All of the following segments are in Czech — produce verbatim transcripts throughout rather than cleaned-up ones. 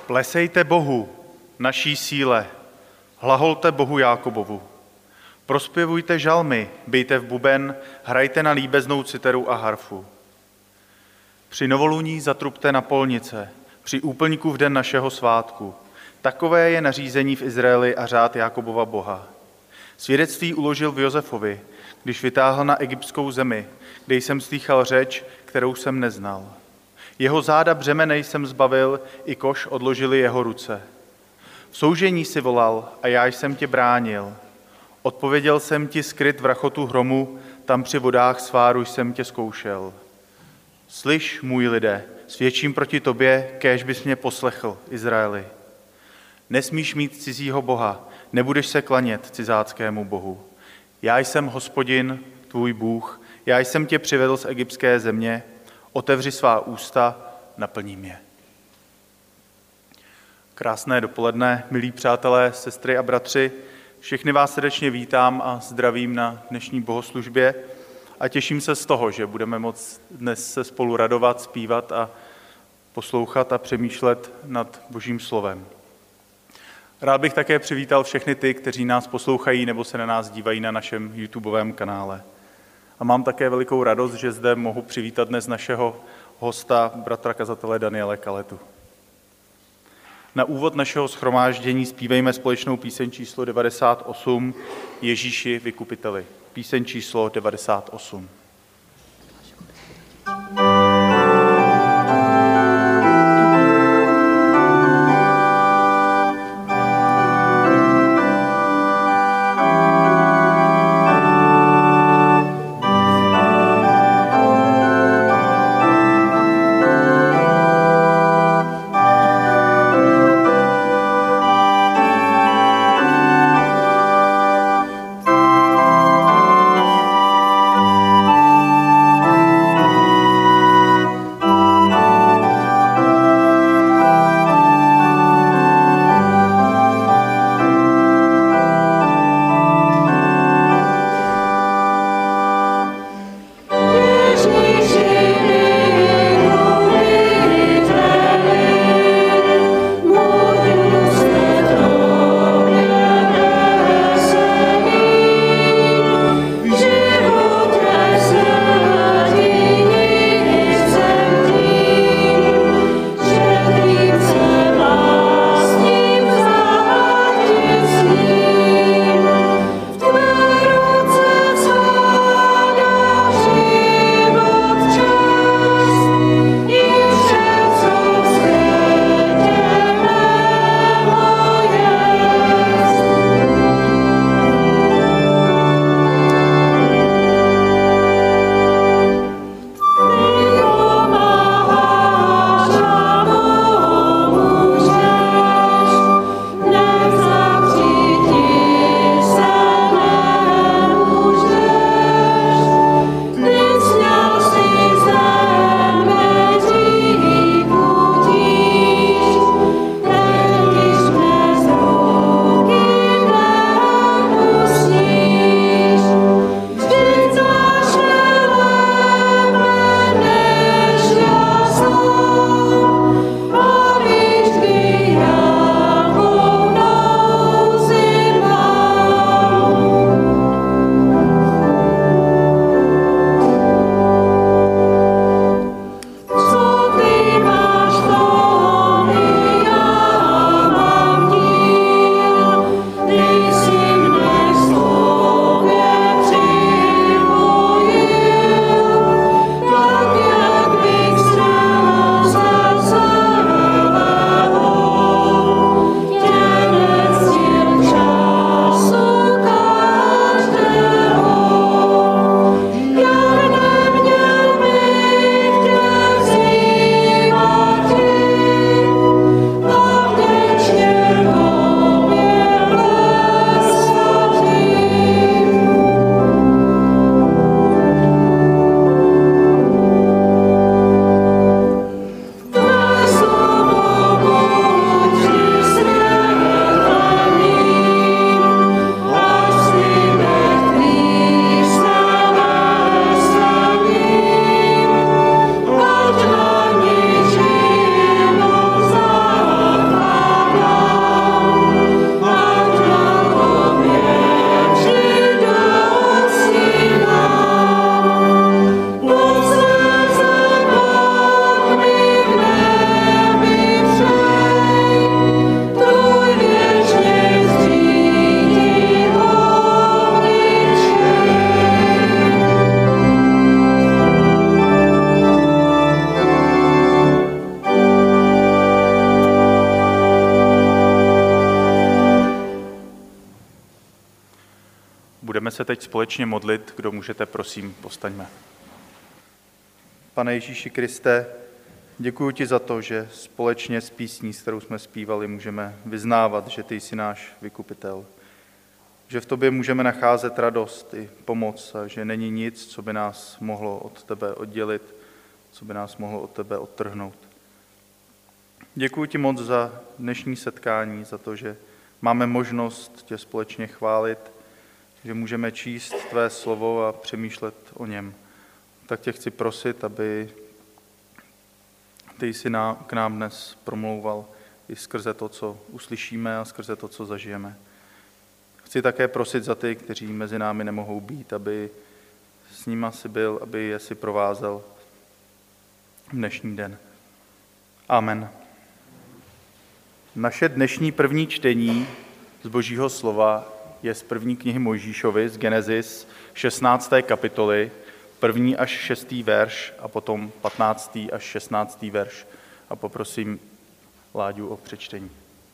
Plesejte Bohu, naší síle, hlaholte Bohu Jákobovu. Prospěvujte žalmy, bijte v buben, hrajte na líbeznou citeru a harfu. Při novoluní zatrubte na polnice, při úplňku v den našeho svátku. Takové je nařízení v Izraeli a řád Jákobova Boha. Svědectví uložil v Josefovi, když vytáhl na egyptskou zemi, kde jsem slýchal řeč, kterou jsem neznal. Jeho záda břemene jsem zbavil, i koš odložili jeho ruce. V soužení si volal a já jsem tě bránil. Odpověděl jsem ti skryt v rachotu hromu, tam při vodách sváru jsem tě zkoušel. Slyš, můj lidé, svědčím proti tobě, kéž bys mě poslechl, Izraeli. Nesmíš mít cizího boha, nebudeš se klanět cizáckému bohu. Já jsem Hospodin, tvůj Bůh, já jsem tě přivedl z egyptské země, otevři svá ústa, naplním je. Krásné dopoledne, milí přátelé, sestry a bratři, všechny vás srdečně vítám a zdravím na dnešní bohoslužbě a těším se z toho, že budeme moct dnes se spolu radovat, zpívat a poslouchat a přemýšlet nad Božím slovem. Rád bych také přivítal všechny ty, kteří nás poslouchají nebo se na nás dívají na našem YouTubeovém kanále. A mám také velikou radost, že zde mohu přivítat dnes našeho hosta, bratra kazatele Daniele Kaletu. Na úvod našeho shromáždění zpívejme společnou píseň číslo devadesát osm Ježíši vykupiteli. Píseň číslo devadesát osm. Thank you. se teď společně modlit, kdo můžete, prosím, postaňme. Pane Ježíši Kriste, děkuji ti za to, že společně s písní, s kterou jsme zpívali, můžeme vyznávat, že ty jsi náš vykupitel. Že v tobě můžeme nacházet radost i pomoc a že není nic, co by nás mohlo od tebe oddělit, co by nás mohlo od tebe odtrhnout. Děkuji ti moc za dnešní setkání, za to, že máme možnost tě společně chválit, že můžeme číst tvé slovo a přemýšlet o něm. Tak tě chci prosit, aby ty jsi k nám dnes promlouval i skrze to, co uslyšíme a skrze to, co zažijeme. Chci také prosit za ty, kteří mezi námi nemohou být, aby s nima si byl, aby je si provázel v dnešní den. Amen. Naše dnešní první čtení z Božího slova je z první knihy Mojžíšovi, z Genesis šestnácté kapitoly, první až šestý verš a potom patnáctý až šestnáctý verš. A poprosím Láďu o přečtení.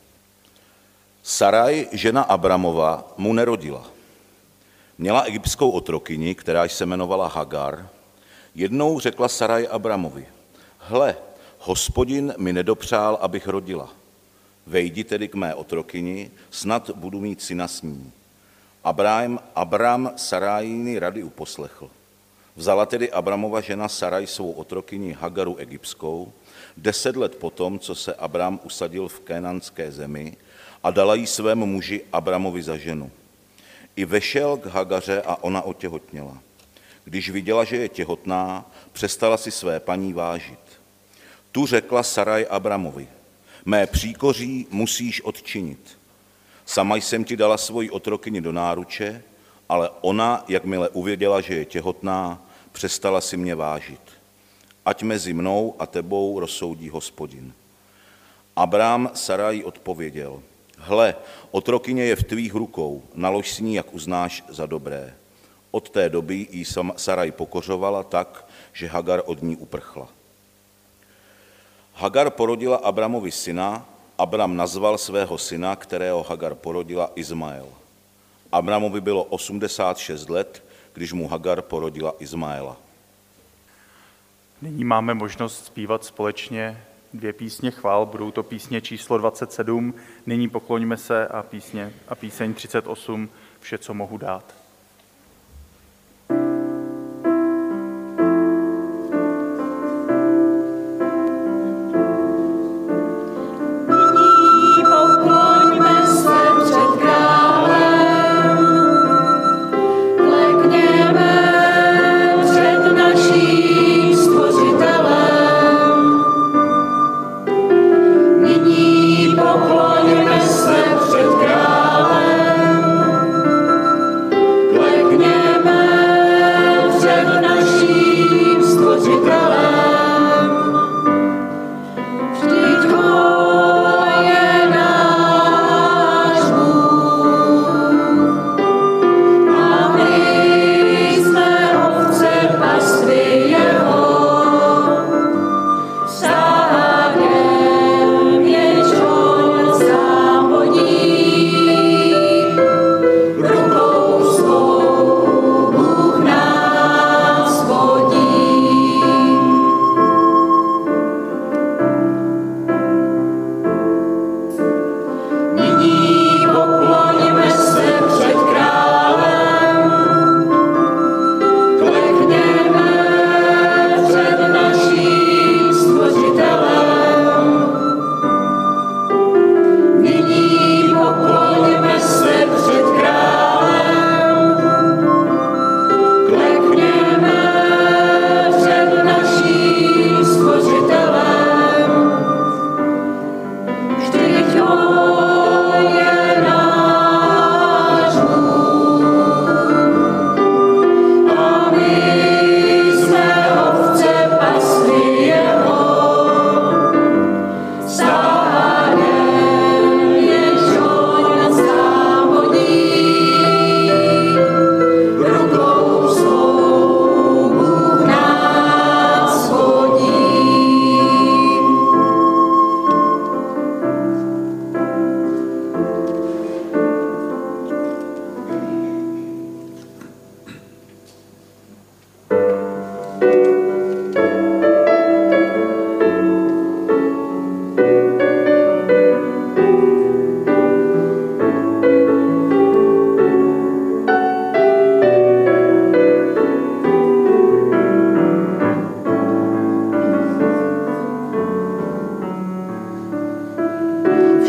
Saraj, žena Abramova, mu nerodila. Měla egyptskou otrokyni, která se jmenovala Hagar. Jednou řekla Saraj Abramovi: Hle, Hospodin mi nedopřál, abych rodila. Vejdi tedy k mé otrokyni, snad budu mít syna s ní. Abram, Abram Sarajiny rady uposlechl. Vzala tedy Abramova žena Saraj svou otrokyni Hagaru egyptskou, deset let potom, co se Abram usadil v kénanské zemi, a dala jí svému muži Abramovi za ženu. I vešel k Hagaře a ona otěhotněla. Když viděla, že je těhotná, přestala si své paní vážit. Tu řekla Saraj Abramovi: Mé příkoří musíš odčinit. Sama jsem ti dala svoji otrokyni do náruče, ale ona, jakmile uvěděla, že je těhotná, přestala si mě vážit. Ať mezi mnou a tebou rozsoudí Hospodin. Abram Saraj odpověděl: Hle, otrokyně je v tvých rukou, nalož s ní, jak uznáš za dobré. Od té doby jí Saraj pokořovala tak, že Hagar od ní uprchla. Hagar porodila Abramovi syna, Abram nazval svého syna, kterého Hagar porodila, Izmael. Abramovi bylo osmdesát šest let, když mu Hagar porodila Izmaela. Nyní máme možnost zpívat společně dvě písně chvál, budou to písně číslo dvacet sedm, Nyní pokloňme se, a, písně, a píseň třicet osm, Vše, co mohu dát.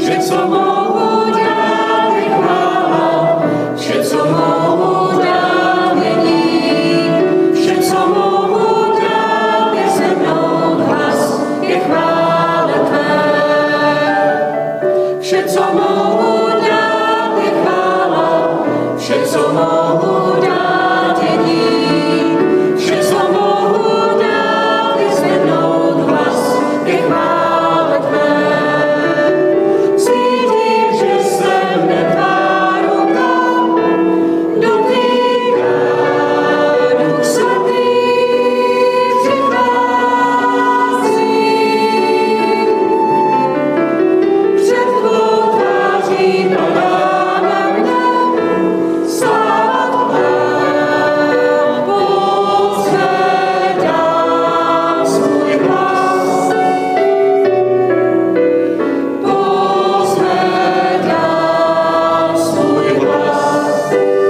Vše, co mohu dát, je chvála, vše, co mohu dát, je dík, vše, co mohu dát, je zvednout hlas, je chvála tvé. Vše, co mohu dát, je chvála, vše, co mohu dát, je dík, vše, co mohu dát, je zvednout hlas, je chvála tvé. Cítím, že se mne tvá ruka dotýká, Duch Svatý přichází. Před tvou tváří padá na mne sláva tvá, pozvedám svůj hlas, pozvedám svůj hlas.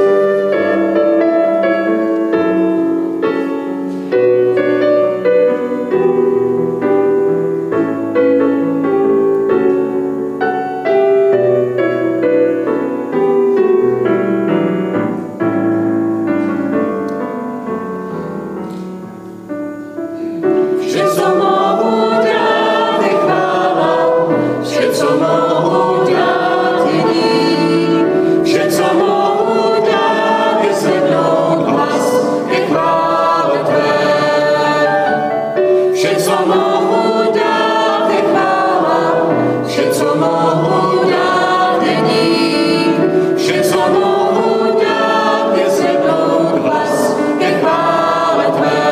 Vše, co mohu dát, je chvála, vše, co mohu dát, je dík, vše, co mohu dát, je zvednout hlas, je chvála tvé. Vše, co mohu dát, je chvála, vše, co mohu dát, je dík, vše, co mohu dát, je zvednout hlas, je chvála tvé.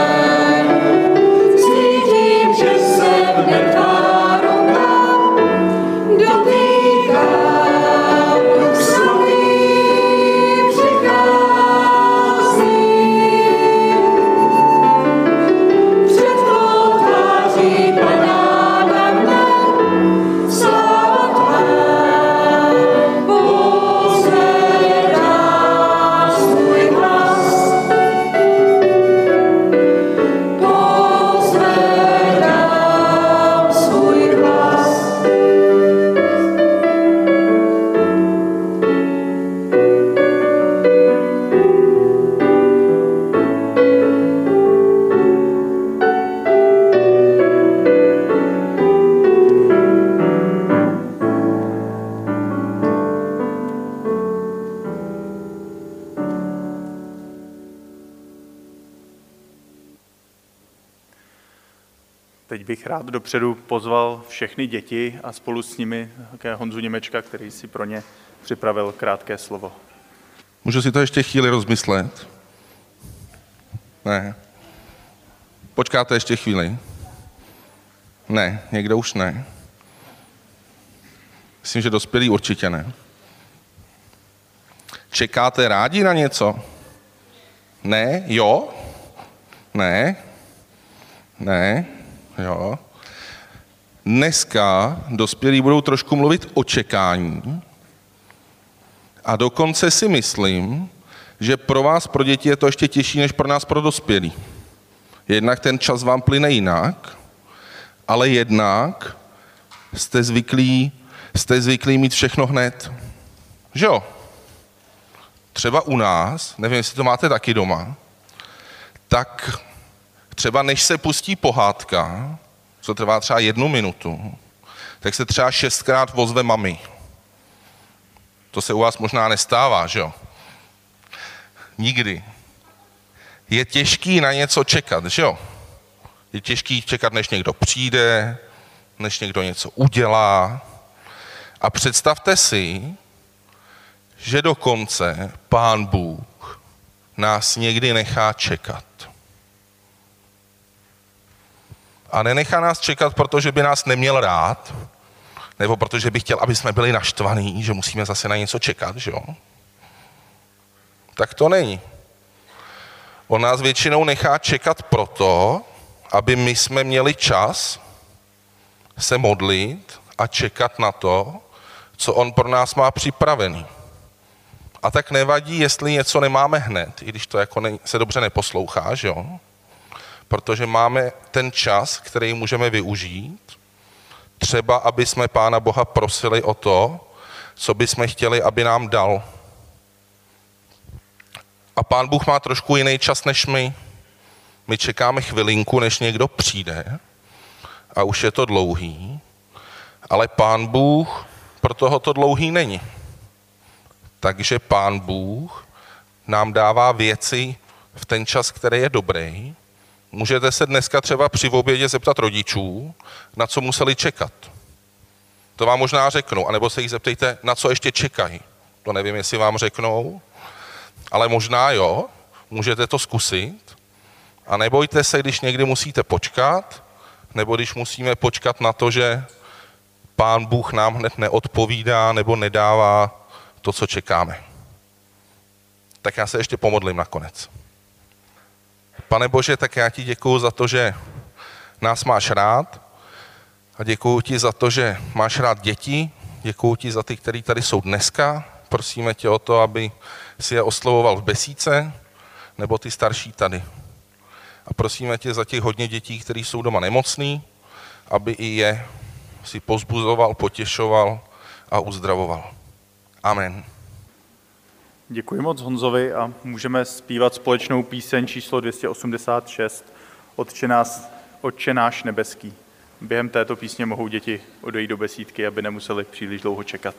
Cítím, že se mne tvá ruka dotýká, Duch Svatý přichází. Před tvou tváří padá na mne sláva tvá, pozvedám svůj hlas, pozvedám svůj hlas. Teď bych rád dopředu pozval všechny děti a spolu s nimi také Honzu Němečka, který si pro ně připravil krátké slovo. Můžu si to ještě chvíli rozmyslet? Ne. Počkáte ještě chvíli? Ne, někdo už ne. Myslím, že dospělí určitě ne. Čekáte rádi na něco? Ne? Jo? Ne? Ne? Jo? Dneska dospělí budou trošku mluvit o čekání a dokonce si myslím, že pro vás, pro děti, je to ještě těžší, než pro nás, pro dospělí. Jednak ten čas vám plyne jinak, ale jednak jste zvyklí, jste zvyklí mít všechno hned. Že jo? Třeba u nás, nevím, jestli to máte taky doma, tak třeba než se pustí pohádka, co trvá třeba jednu minutu, tak se třeba šestkrát ozve mami. To se u vás možná nestává, že jo? Nikdy. Je těžký na něco čekat, že jo? Je těžký čekat, než někdo přijde, než někdo něco udělá. A představte si, že dokonce Pán Bůh nás někdy nechá čekat. A nenechá nás čekat, protože by nás neměl rád, nebo protože by chtěl, aby jsme byli naštvaní, že musíme zase na něco čekat, že jo? Tak to není. On nás většinou nechá čekat proto, aby my jsme měli čas se modlit a čekat na to, co on pro nás má připravený. A tak nevadí, jestli něco nemáme hned, i když to jako ne, se dobře neposlouchá, že jo? Protože máme ten čas, který můžeme využít, třeba aby jsme Pána Boha prosili o to, co bychom chtěli, aby nám dal. A Pán Bůh má trošku jiný čas než my. My čekáme chvilinku, než někdo přijde a už je to dlouhý, ale Pán Bůh pro toho to dlouhý není. Takže Pán Bůh nám dává věci v ten čas, který je dobrý. Můžete se dneska třeba při obědě zeptat rodičů, na co museli čekat. To vám možná řeknu, anebo se jich zeptejte, na co ještě čekají. To nevím, jestli vám řeknou, ale možná jo, můžete to zkusit. A nebojte se, když někdy musíte počkat, nebo když musíme počkat na to, že Pán Bůh nám hned neodpovídá nebo nedává to, co čekáme. Tak já se ještě pomodlím nakonec. Pane Bože, tak já ti děkuju za to, že nás máš rád a děkuju ti za to, že máš rád děti. Děkuju ti za ty, kteří tady jsou dneska. Prosíme tě o to, aby si je oslovoval v besídce, nebo ty starší tady. A prosíme tě za těch hodně dětí, kteří jsou doma nemocný, aby i je si pozbuzoval, potěšoval a uzdravoval. Amen. Děkuji moc Honzovi a můžeme zpívat společnou píseň číslo dvě stě osmdesát šest Otče nás, Otče náš nebeský. Během této písně mohou děti odejít do besídky, aby nemuseli příliš dlouho čekat.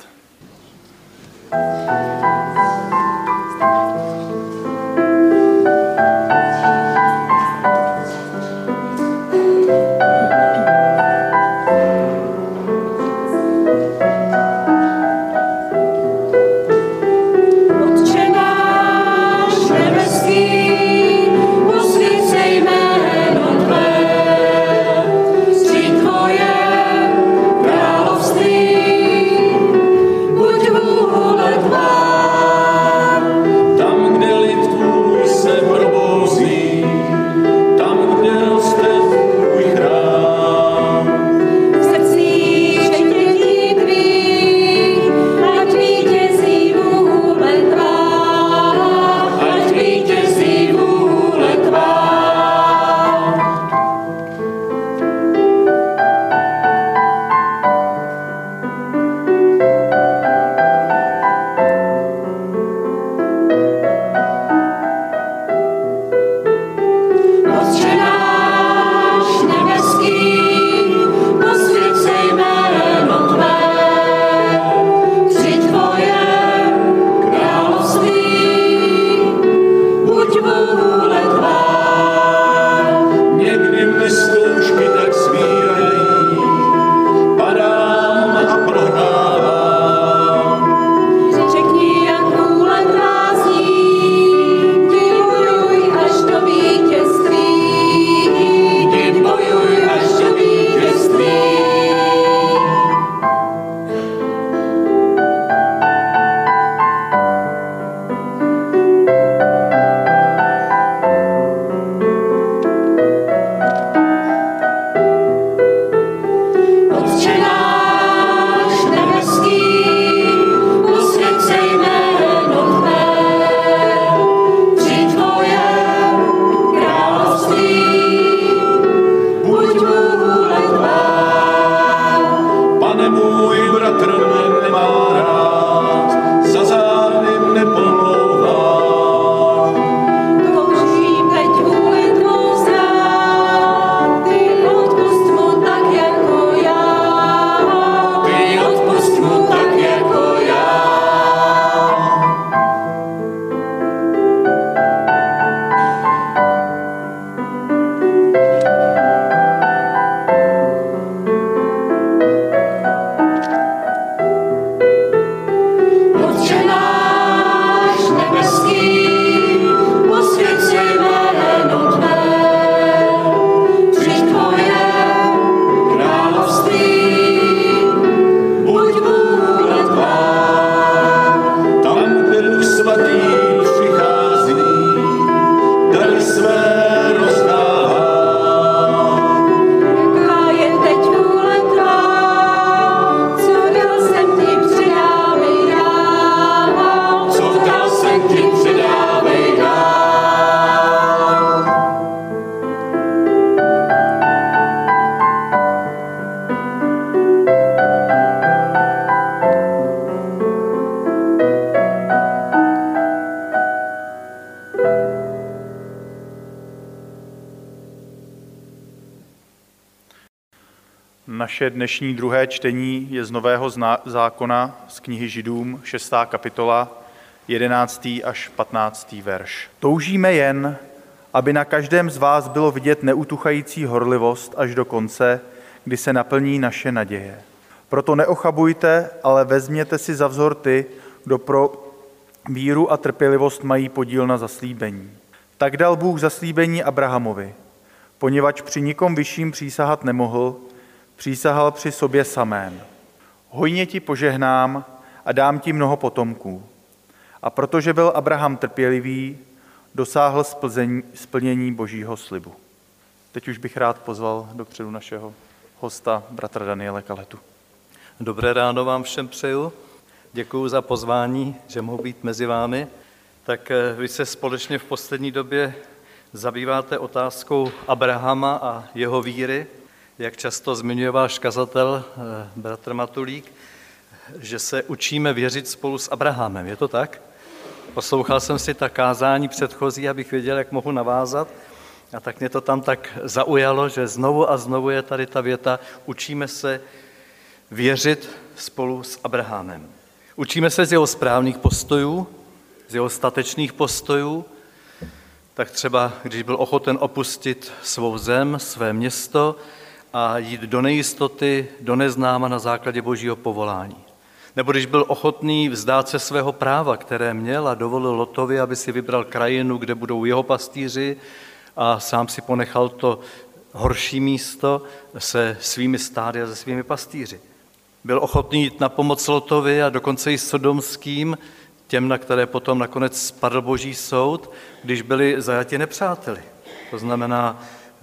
Naše dnešní druhé čtení je z Nového zákona z knihy Židům, šestá kapitola, jedenáctý až patnáctý verš. Toužíme jen, aby na každém z vás bylo vidět neutuchající horlivost až do konce, kdy se naplní naše naděje. Proto neochabujte, ale vezměte si za vzor ty, kdo pro víru a trpělivost mají podíl na zaslíbení. Tak dal Bůh zaslíbení Abrahamovi, poněvadž při nikom vyšším přísahat nemohl, přísahal při sobě samém. Hojně ti požehnám a dám ti mnoho potomků. A protože byl Abraham trpělivý, dosáhl splnění Božího slibu. Teď už bych rád pozval dopředu našeho hosta, bratra Daniela Kaletu. Dobré ráno vám všem přeju. Děkuji za pozvání, že mohu být mezi vámi. Tak vy se společně v poslední době zabýváte otázkou Abrahama a jeho víry. Jak často zmiňuje váš kazatel, bratr Matulík, že se učíme věřit spolu s Abrahamem. Je to tak? Poslouchal jsem si ta kázání předchozí, abych věděl, jak mohu navázat. A tak mě to tam tak zaujalo, že znovu a znovu je tady ta věta, učíme se věřit spolu s Abrahamem. Učíme se z jeho správných postojů, z jeho statečných postojů, tak třeba, když byl ochoten opustit svou zem, své město a jít do nejistoty, do neznáma na základě Božího povolání. Nebo když byl ochotný vzdát se svého práva, které měl a dovolil Lotovi, aby si vybral krajinu, kde budou jeho pastýři a sám si ponechal to horší místo se svými stády a se svými pastýři. Byl ochotný jít na pomoc Lotovi a dokonce i sodomským, těm, na které potom nakonec spadl Boží soud, když byli zajati nepřáteli. To znamená,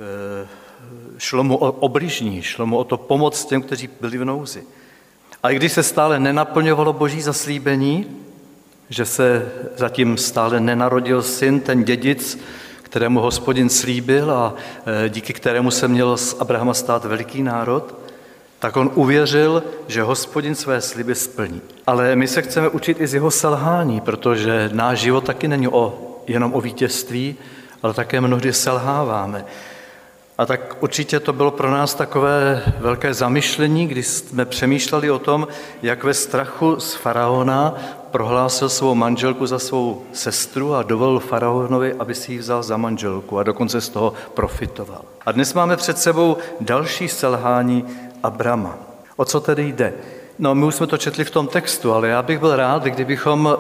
šlo mu o obližní, šlo mu o to pomoc těm, kteří byli v nouzi. A i když se stále nenaplňovalo Boží zaslíbení, že se zatím stále nenarodil syn, ten dědic, kterému Hospodin slíbil a díky kterému se měl z Abrahama stát veliký národ, tak on uvěřil, že Hospodin své sliby splní. Ale my se chceme učit i z jeho selhání, protože náš život taky není o, jenom o vítězství, ale také mnohdy selháváme. A tak určitě to bylo pro nás takové velké zamyšlení, když jsme přemýšleli o tom, jak ve strachu z faraona prohlásil svou manželku za svou sestru a dovolil faraonovi, aby si ji vzal za manželku a dokonce z toho profitoval. A dnes máme před sebou další selhání Abrama. O co tedy jde? No, my už jsme to četli v tom textu, ale já bych byl rád, kdybychom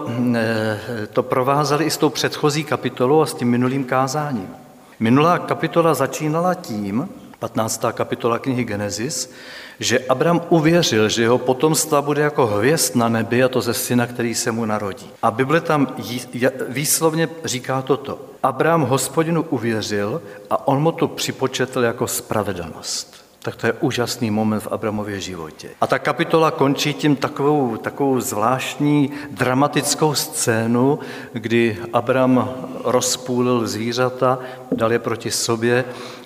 to provázali i s tou předchozí kapitolou a s tím minulým kázáním. Minulá kapitola začínala tím, patnáctá kapitola knihy Genesis, že Abram uvěřil, že jeho potomstva bude jako hvězd na nebi, a to ze syna, který se mu narodí. A Bible tam výslovně říká toto. Abram Hospodinu uvěřil a on mu to připočetl jako spravedlnost. Tak to je úžasný moment v Abramově životě. A ta kapitola končí tím takovou, takovou zvláštní dramatickou scénu, kdy Abram rozpůlil zvířata, dal je proti sobě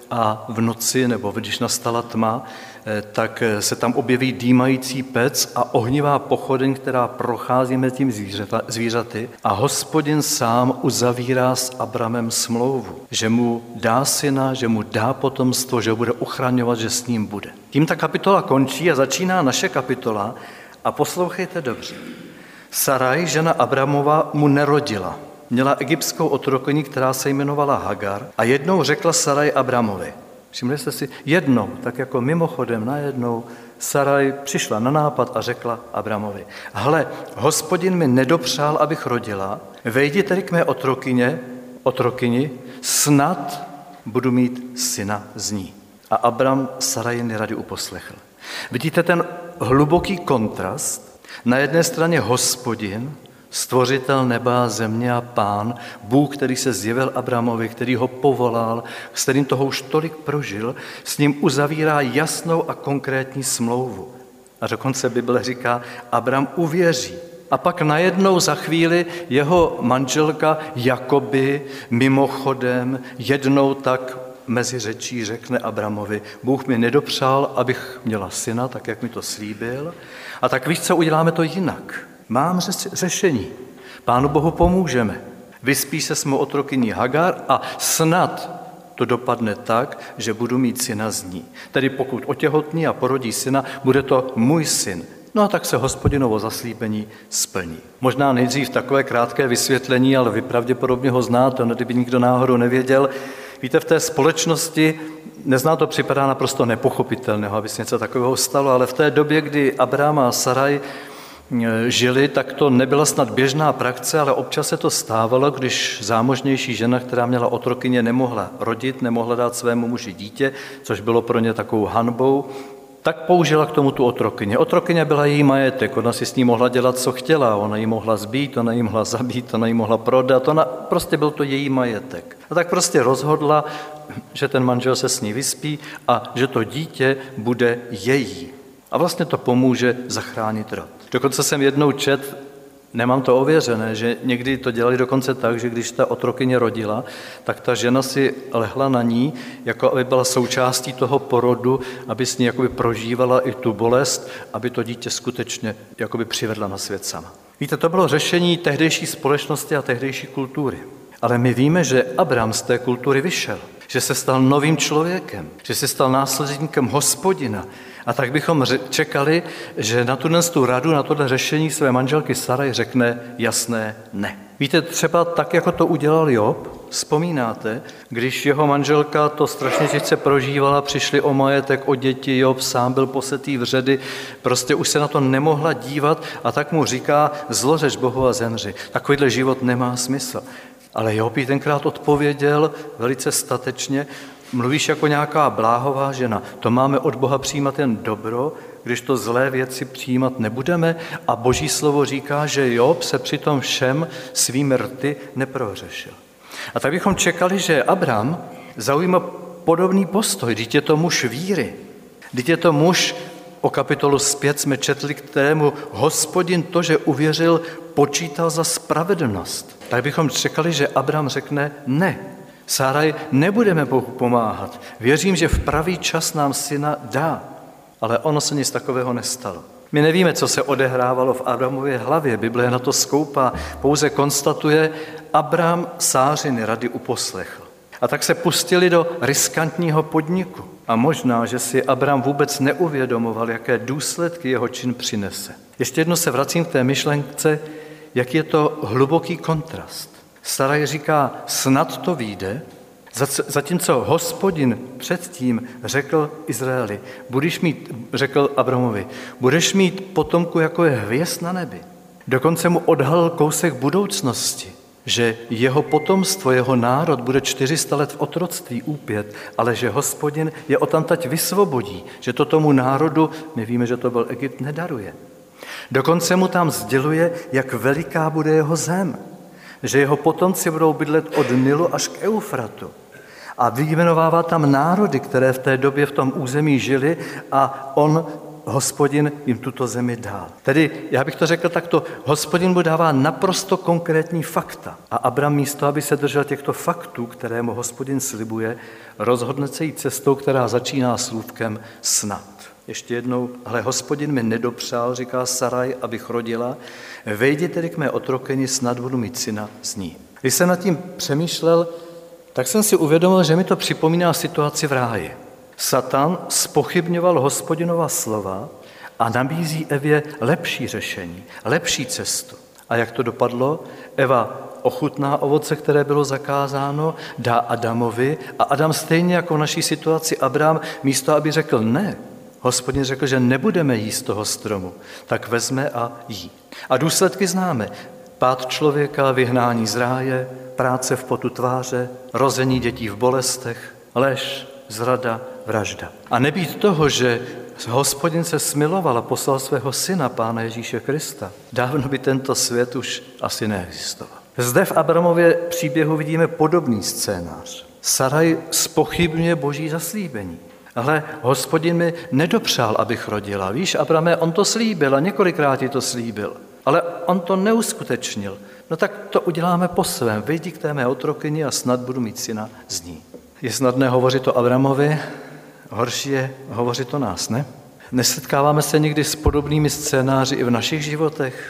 a v noci, nebo když nastala tma, tak se tam objeví dýmající pec a ohnivá pochodeň, která prochází mezi tím zvířaty. A Hospodin sám uzavírá s Abramem smlouvu, že mu dá syna, že mu dá potomstvo, že ho bude uchraňovat, že s ním bude. Tím ta kapitola končí a začíná naše kapitola a poslouchejte dobře. Saraj, žena Abramova, mu nerodila. Měla egyptskou otrokyni, která se jmenovala Hagar a jednou řekla Saraj Abramovi. Všimli jste si, jednou, tak jako mimochodem najednou, Saraj přišla na nápad a řekla Abramovi, hle, Hospodin mi nedopřál, abych rodila, vejdi tedy k mé otrokyně, otrokyni, snad budu mít syna z ní. A Abram Sarajiny rady uposlechl. Vidíte ten hluboký kontrast? Na jedné straně Hospodin, stvořitel neba, země a pán, Bůh, který se zjevil Abramovi, který ho povolal, s kterým toho už tolik prožil, s ním uzavírá jasnou a konkrétní smlouvu. A dokonce Bible říká, Abram uvěří. A pak najednou za chvíli jeho manželka jakoby mimochodem jednou tak mezi řečí řekne Abramovi, Bůh mi nedopřál, abych měla syna, tak jak mi to slíbil, a tak víš co, uděláme to jinak. Mám řešení. Pánu Bohu pomůžeme. Vyspí se s mou otrokyní Hagar a snad to dopadne tak, že budu mít syna z ní. Tedy pokud otěhotní a porodí syna, bude to můj syn. No a tak se Hospodinovo zaslíbení splní. Možná nejdřív takové krátké vysvětlení, ale vy pravděpodobně ho znáte, no, kdyby nikdo náhodou nevěděl. Víte, v té společnosti, nezná to připadá naprosto nepochopitelného, aby se něco takového stalo, ale v té době, kdy Abraham a Saraj žili, tak to nebyla snad běžná praxe, ale občas se to stávalo, když zámožnější žena, která měla otrokyně, nemohla rodit, nemohla dát svému muži dítě, což bylo pro ně takovou hanbou, tak použila k tomu tu otrokyně. Otrokyně byla její majetek, ona si s ní mohla dělat, co chtěla, ona ji mohla zbít, ona ji mohla zabít, ona ji mohla prodat, ona, prostě byl to její majetek. A tak prostě rozhodla, že ten manžel se s ní vyspí a že to dítě bude její. A vlastně to pomůže zachránit rod. Dokonce jsem jednou čet, nemám to ověřené, že někdy to dělali dokonce tak, že když ta otrokyně rodila, tak ta žena si lehla na ní, jako aby byla součástí toho porodu, aby s ní jakoby prožívala i tu bolest, aby to dítě skutečně jakoby přivedla na svět sama. Víte, to bylo řešení tehdejší společnosti a tehdejší kultury. Ale my víme, že Abraham z té kultury vyšel, že se stal novým člověkem, že se stal následníkem Hospodina. A tak bychom čekali, že na tuhle tu radu, na tohle řešení své manželky Saraj řekne jasné ne. Víte, třeba tak, jako to udělal Job, vzpomínáte, když jeho manželka to strašně těžce prožívala, přišli o majetek, o děti, Job sám byl posetý vředy, prostě už se na to nemohla dívat a tak mu říká, zlořeč Bohu a zemři. Takovýhle život nemá smysl. Ale Job jí tenkrát odpověděl velice statečně, mluvíš jako nějaká bláhová žena, to máme od Boha přijímat jen dobro, když to zlé věci přijímat nebudeme a Boží slovo říká, že Job se při tom všem svými rty neprohřešil. A tak bychom čekali, že Abraham zaujíma podobný postoj, vždyť je to muž víry, vždyť je to muž, o kapitolu zpět jsme četli, kterému Hospodin to, že uvěřil, počítal za spravedlnost. Tak bychom čekali, že Abraham řekne ne. Sáraj, nebudeme Bohu pomáhat. Věřím, že v pravý čas nám syna dá. Ale ono se nic takového nestalo. My nevíme, co se odehrávalo v Abrahamově hlavě. Bible na to skoupá, pouze konstatuje, Abraham Sářiny rady uposlechl. A tak se pustili do riskantního podniku. A možná, že si Abraham vůbec neuvědomoval, jaké důsledky jeho čin přinese. Ještě jednou se vracím k té myšlence, jak je to hluboký kontrast. Saraj říká, snad to vyjde, zatímco Hospodin předtím řekl Izraeli, budeš mít, řekl Abrahamovi, budeš mít potomku, jako je hvězd na nebi. Dokonce mu odhalil kousek budoucnosti, že jeho potomstvo, jeho národ bude čtyři sta let v otroctví úpět, ale že Hospodin je odtamtať vysvobodí, že to tomu národu, my víme, že to byl Egypt, nedaruje. Dokonce mu tam sděluje, jak veliká bude jeho zem, že jeho potomci budou bydlet od Nilu až k Eufratu. A vyjmenovává tam národy, které v té době v tom území žili a on, Hospodin, jim tuto zemi dal. Tedy, já bych to řekl takto, Hospodin mu dává naprosto konkrétní fakta. A Abram místo, aby se držel těchto faktů, které mu Hospodin slibuje, rozhodne se jít cestou, která začíná slůvkem snad. Ještě jednou, ale Hospodin mi nedopřál, říká Saraj, abych rodila, vejdi tedy k mé otrokyni, snad budu mít syna z ní. Když jsem nad tím přemýšlel, tak jsem si uvědomil, že mi to připomíná situaci v ráji. Satan zpochybňoval Hospodinova slova a nabízí Evě lepší řešení, lepší cestu. A jak to dopadlo? Eva ochutná ovoce, které bylo zakázáno, dá Adamovi a Adam stejně jako v naší situaci Abraham, místo aby řekl ne, Hospodin řekl, že nebudeme jíst toho stromu, tak vezme a jí. A důsledky známe. Pád člověka, vyhnání z ráje, práce v potu tváře, rození dětí v bolestech, lež, zrada, vražda. A nebýt toho, že Hospodin se smiloval a poslal svého syna, Pána Ježíše Krista, dávno by tento svět už asi neexistoval. Zde v Abramově příběhu vidíme podobný scénář. Saraj zpochybňuje Boží zaslíbení. Ale Hospodin mi nedopřál, abych rodila. Víš, Abrame, on to slíbil a několikrát ti to slíbil. Ale on to neuskutečnil. No tak to uděláme po svém. Vyjdi k té mé otrokyni a snad budu mít syna z ní. Je snadné hovořit o Abramovi, horší je hovořit o nás, ne? Nesetkáváme se někdy s podobnými scénáři i v našich životech?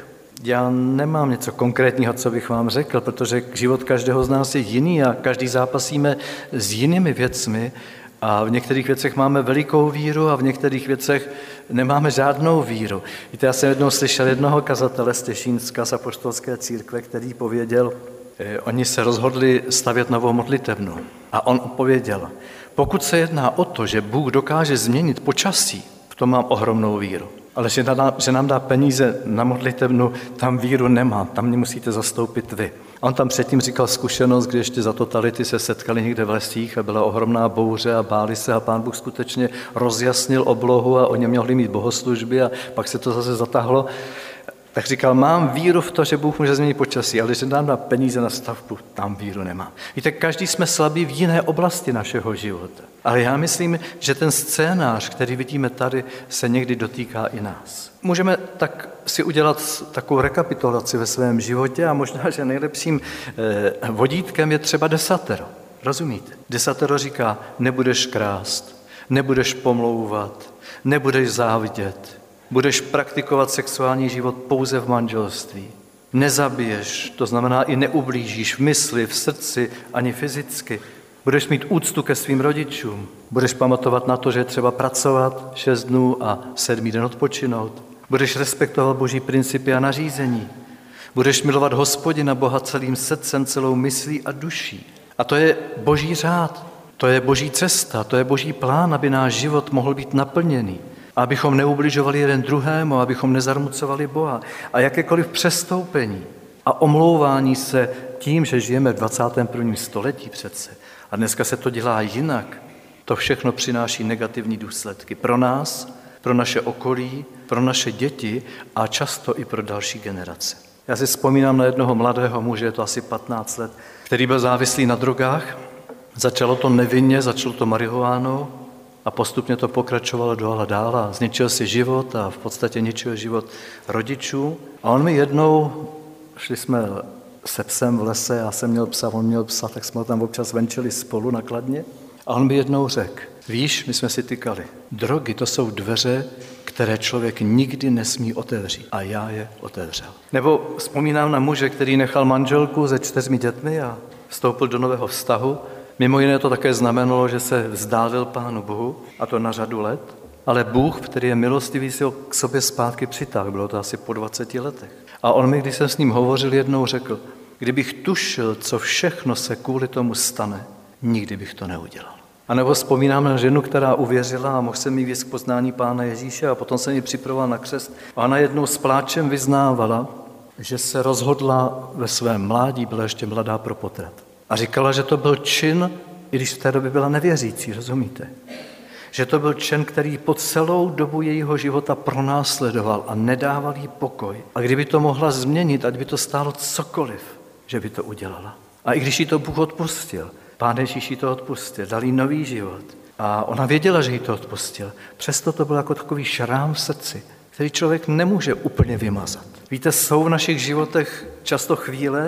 Já nemám něco konkrétního, co bych vám řekl, protože život každého z nás je jiný a každý zápasíme s jinými věcmi a v některých věcech máme velikou víru a v některých věcech nemáme žádnou víru. Víte, já jsem jednou slyšel jednoho kazatele z Těšínska, z apoštolské církve, který pověděl, eh, oni se rozhodli stavět novou modlitevnu a on pověděl, pokud se jedná o to, že Bůh dokáže změnit počasí, v tom mám ohromnou víru. Ale že nám, že nám dá peníze na modlitevnu, tam víru nemám, tam mě musíte zastoupit vy. A on tam předtím říkal zkušenost, kdy ještě za totality se setkali někde v lesích a byla ohromná bouře a báli se a Pán Bůh skutečně rozjasnil oblohu a oni mohli mít bohoslužby a pak se to zase zatáhlo. Tak říkal, mám víru v to, že Bůh může změnit počasí, ale že nám dá peníze na stavbu, tam víru nemám. Víte, každý jsme slabí v jiné oblasti našeho života. Ale já myslím, že ten scénář, který vidíme tady, se někdy dotýká i nás. Můžeme tak si udělat takovou rekapitulaci ve svém životě a možná, že nejlepším eh, vodítkem je třeba desatero. Rozumíte? Desatero říká, nebudeš krást, nebudeš pomlouvat, nebudeš závidět, budeš praktikovat sexuální život pouze v manželství. Nezabiješ, to znamená i neublížíš v mysli, v srdci, ani fyzicky. Budeš mít úctu ke svým rodičům. Budeš pamatovat na to, že je třeba pracovat šest dnů a sedmý den odpočinout. Budeš respektovat Boží principy a nařízení. Budeš milovat Hospodina Boha celým srdcem, celou myslí a duší. A to je Boží řád, to je Boží cesta, to je Boží plán, aby náš život mohl být naplněný. Abychom neubližovali jeden druhému, abychom nezarmucovali Boha. A jakékoliv přestoupení a omlouvání se tím, že žijeme v dvacátém prvním století přece, a dneska se to dělá jinak, to všechno přináší negativní důsledky pro nás, pro naše okolí, pro naše děti a často i pro další generace. Já si vzpomínám na jednoho mladého muže, je to asi patnáct let, který byl závislý na drogách. Začalo to nevinně, začalo to marihuánou a postupně to pokračovalo dál a dál a zničil si život a v podstatě ničil život rodičů. A on mi jednou, šli jsme se psem v lese, já jsem měl psa, on měl psa, tak jsme ho tam občas venčili spolu na Kladně. A on mi jednou řekl, víš, my jsme si tykali, drogy to jsou dveře, které člověk nikdy nesmí otevřít. A já je otevřel. Nebo vzpomínám na muže, který nechal manželku se čtyřmi dětmi a vstoupil do nového vztahu. Mimo jiné to také znamenalo, že se vzdálil Pánu Bohu, a to na řadu let. Ale Bůh, který je milostivý, si ho k sobě zpátky přitáhl. Bylo to asi po dvaceti letech. A on mi, když jsem s ním hovořil, jednou řekl, kdybych tušil, co všechno se kvůli tomu stane, nikdy bych to neudělal. A nebo vzpomínám na ženu, která uvěřila a mohl jsem jí věc k poznání Pána Ježíše a potom jsem ji připravoval na křest. A ona jednou s pláčem vyznávala, že se rozhodla ve svém mládí, byla ještě mladá, pro potrat. A říkala, že to byl čin, i když v té době byla nevěřící, rozumíte? Že to byl čin, který po celou dobu jejího života pronásledoval a nedával jí pokoj. A kdyby to mohla změnit, ať by to stálo cokoliv, že by to udělala. A i když jí to Bůh odpustil, Pán Ježíš jí to odpustil, dal jí nový život. A ona věděla, že jí to odpustil. Přesto to byl jako takový šrám v srdci, který člověk nemůže úplně vymazat. Víte, jsou v našich životech často chvíle,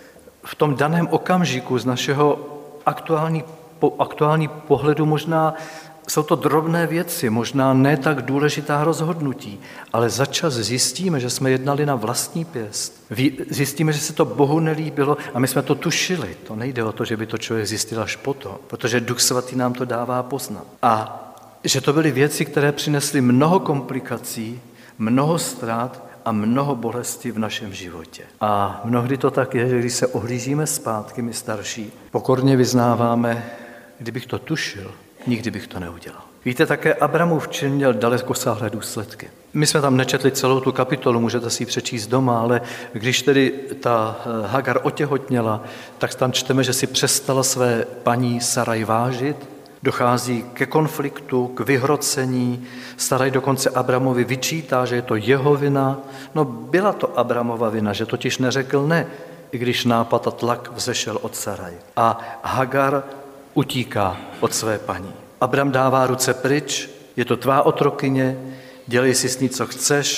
v tom daném okamžiku z našeho aktuální, po, aktuální pohledu možná jsou to drobné věci, možná ne tak důležitá rozhodnutí, ale za čas zjistíme, že jsme jednali na vlastní pěst. Zjistíme, že se to Bohu nelíbilo a my jsme to tušili. To nejde o to, že by to člověk zjistil až potom, protože Duch Svatý nám to dává poznat. A že to byly věci, které přinesly mnoho komplikací, mnoho ztrát a mnoho bolesti v našem životě. A mnohdy to tak je, že když se ohlížíme zpátky, my starší, pokorně vyznáváme, kdybych to tušil, nikdy bych to neudělal. Víte, také Abramův čin měl dalekosáhlé důsledky. My jsme tam nečetli celou tu kapitolu, můžete si ji přečíst doma, ale když tedy ta Hagar otěhotněla, tak tam čteme, že si přestala své paní Saraj vážit, dochází ke konfliktu, k vyhrocení. Saraj dokonce Abramovi vyčítá, že je to jeho vina. No byla to Abramova vina, že totiž neřekl ne, i když nápad a tlak vzešel od Saraj. A Hagar utíká od své paní. Abram dává ruce pryč, je to tvá otrokyně, dělej si s ní, co chceš,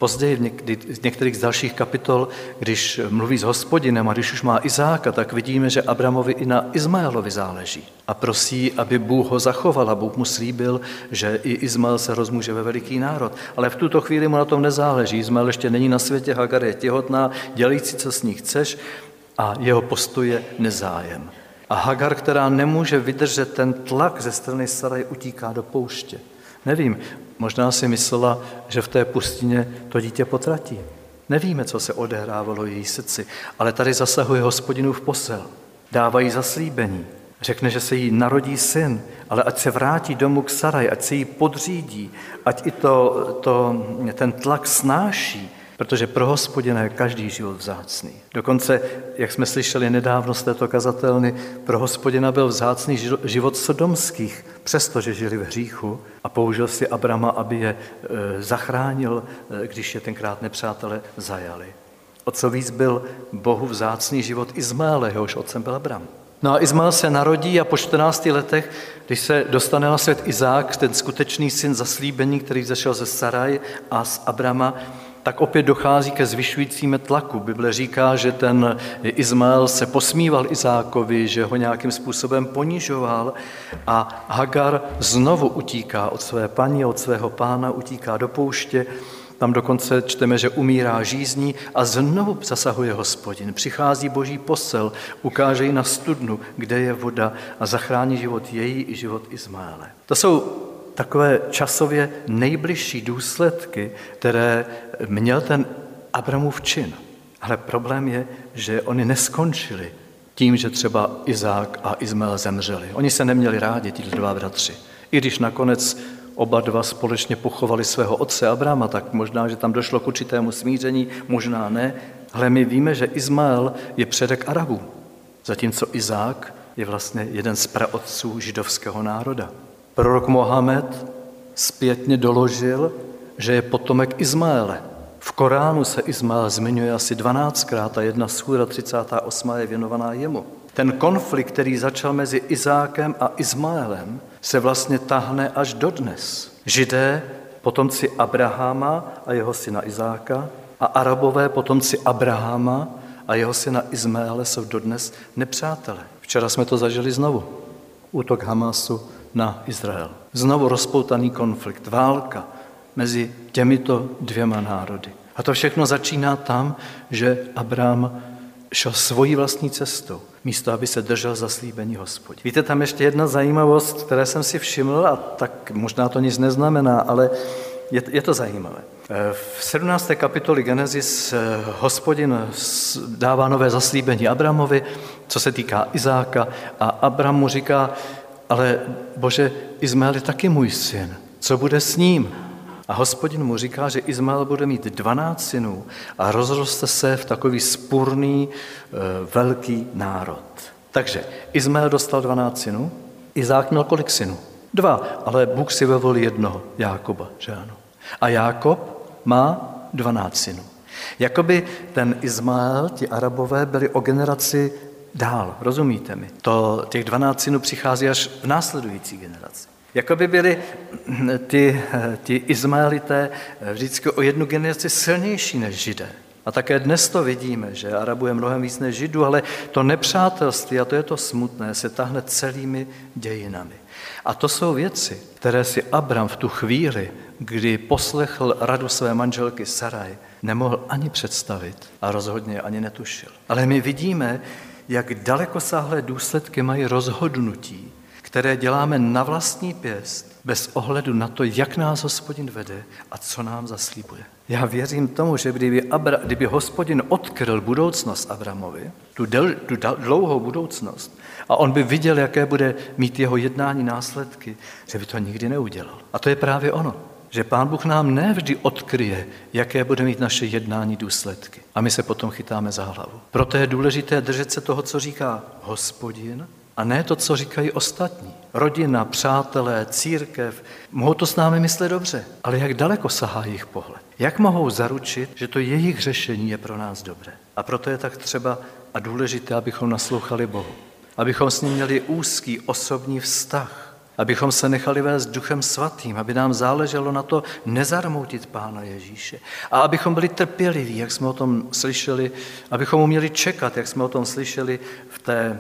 Později v, někdy, v některých z dalších kapitol, když mluví s Hospodinem a když už má Izáka, tak vidíme, že Abramovi i na Izmaelovi záleží. A prosí, aby Bůh ho zachoval a Bůh mu slíbil, že i Izmael se rozmůže ve veliký národ. Ale v tuto chvíli mu na tom nezáleží. Izmael ještě není na světě, Hagar je těhotná, dělej si, co s ní chceš, a jeho postoj je nezájem. A Hagar, která nemůže vydržet ten tlak ze strany Saraj, utíká do pouště. Nevím, možná si myslela, že v té pustině to dítě potratí. Nevíme, co se odehrávalo její srdci, ale tady zasahuje Hospodinův posel. Dává jí zaslíbení. Řekne, že se jí narodí syn, ale ať se vrátí domů k Saraj, ať se jí podřídí, ať i to, to, ten tlak snáší, protože pro Hospodina je každý život vzácný. Dokonce, jak jsme slyšeli nedávno z této kazatelny, pro Hospodina byl vzácný život sodomských, přestože žili v hříchu, a použil si Abrama, aby je e, zachránil, e, když je tenkrát nepřátelé zajali. O co víc byl Bohu vzácný život Izmaele, jehož otcem byl Abram. No a Izmael se narodí a po čtrnácti letech, když se dostane na svět Izák, ten skutečný syn zaslíbení, který vzešel ze Saraj a z Abrama, tak opět dochází ke zvyšujícímu tlaku. Bible říká, že ten Izmael se posmíval Izákovi, že ho nějakým způsobem ponižoval, a Hagar znovu utíká od své paní, od svého pána, utíká do pouště. Tam dokonce čteme, že umírá žízní a znovu zasahuje Hospodin. Přichází boží posel, ukáže jí na studnu, kde je voda, a zachrání život její i život Izmaele. To jsou takové časově nejbližší důsledky, které měl ten Abramův čin. Ale problém je, že oni neskončili tím, že třeba Izák a Izmael zemřeli. Oni se neměli rádi, ti dva bratři. I když nakonec oba dva společně pochovali svého otce Abrama, tak možná, že tam došlo k určitému smíření, možná ne, ale my víme, že Izmael je předek Arabů, zatímco Izák je vlastně jeden z praotců židovského národa. Prorok Mohamed zpětně doložil, že je potomek Izmaele. V Koránu se Izmael zmiňuje asi dvanáctkrát a jedna sura třicátá osmá je věnovaná jemu. Ten konflikt, který začal mezi Izákem a Izmaelem, se vlastně tahne až dodnes. Židé, potomci Abrahama a jeho syna Izáka, a Arabové, potomci Abrahama a jeho syna Izmaele, jsou dodnes nepřátelé. Včera jsme to zažili znovu. Útok Hamasu na Izrael. Znovu rozpoutaný konflikt, válka mezi těmito dvěma národy. A to všechno začíná tam, že Abraham šel svojí vlastní cestou, místo aby se držel zaslíbení Hospodin. Víte, tam ještě jedna zajímavost, které jsem si všiml, a tak možná to nic neznamená, ale je, je to zajímavé. V sedmnácté kapitoli Genesis Hospodin dává nové zaslíbení Abramovi, co se týká Izáka, a Abram mu říká: ale Bože, Izmael je taky můj syn, co bude s ním? A Hospodin mu říká, že Izmael bude mít dvanáct synů a rozroste se v takový spurný velký národ. Takže Izmael dostal dvanáct synů, Izák měl kolik synů? Dva, ale Bůh si vyvolil jednoho, Jákoba, že ano. A Jákob má dvanáct synů. Jakoby ten Izmael, ti Arabové, byli o generaci dál, rozumíte mi? To, těch dvanáct synů přichází až v následující generaci. Jakoby byli ty, ty Izmaelité vždycky o jednu generaci silnější než Židé. A také dnes to vidíme, že Arabů je mnohem víc než Židů, ale to nepřátelství, a to je to smutné, se tahne celými dějinami. A to jsou věci, které si Abram v tu chvíli, kdy poslechl radu své manželky Saraj, nemohl ani představit a rozhodně ani netušil. Ale my vidíme, jak dalekosáhlé důsledky mají rozhodnutí, které děláme na vlastní pěst, bez ohledu na to, jak nás Hospodin vede a co nám zaslíbuje. Já věřím tomu, že kdyby, Abra, kdyby Hospodin odkryl budoucnost Abramovi, tu, del, tu dlouhou budoucnost, a on by viděl, jaké bude mít jeho jednání následky, že by to nikdy neudělal. A to je právě ono, že Pán Bůh nám nevždy odkryje, jaké bude mít naše jednání důsledky. A my se potom chytáme za hlavu. Proto je důležité držet se toho, co říká Hospodin, a ne to, co říkají ostatní. Rodina, přátelé, církev, mohou to s námi myslet dobře, ale jak daleko sahá jejich pohled? Jak mohou zaručit, že to jejich řešení je pro nás dobré? A proto je tak třeba a důležité, abychom naslouchali Bohu. Abychom s ním měli úzký osobní vztah. abychom se nechali vést Duchem Svatým, aby nám záleželo na to nezarmoutit Pána Ježíše a abychom byli trpěliví, jak jsme o tom slyšeli, abychom uměli čekat, jak jsme o tom slyšeli v, té,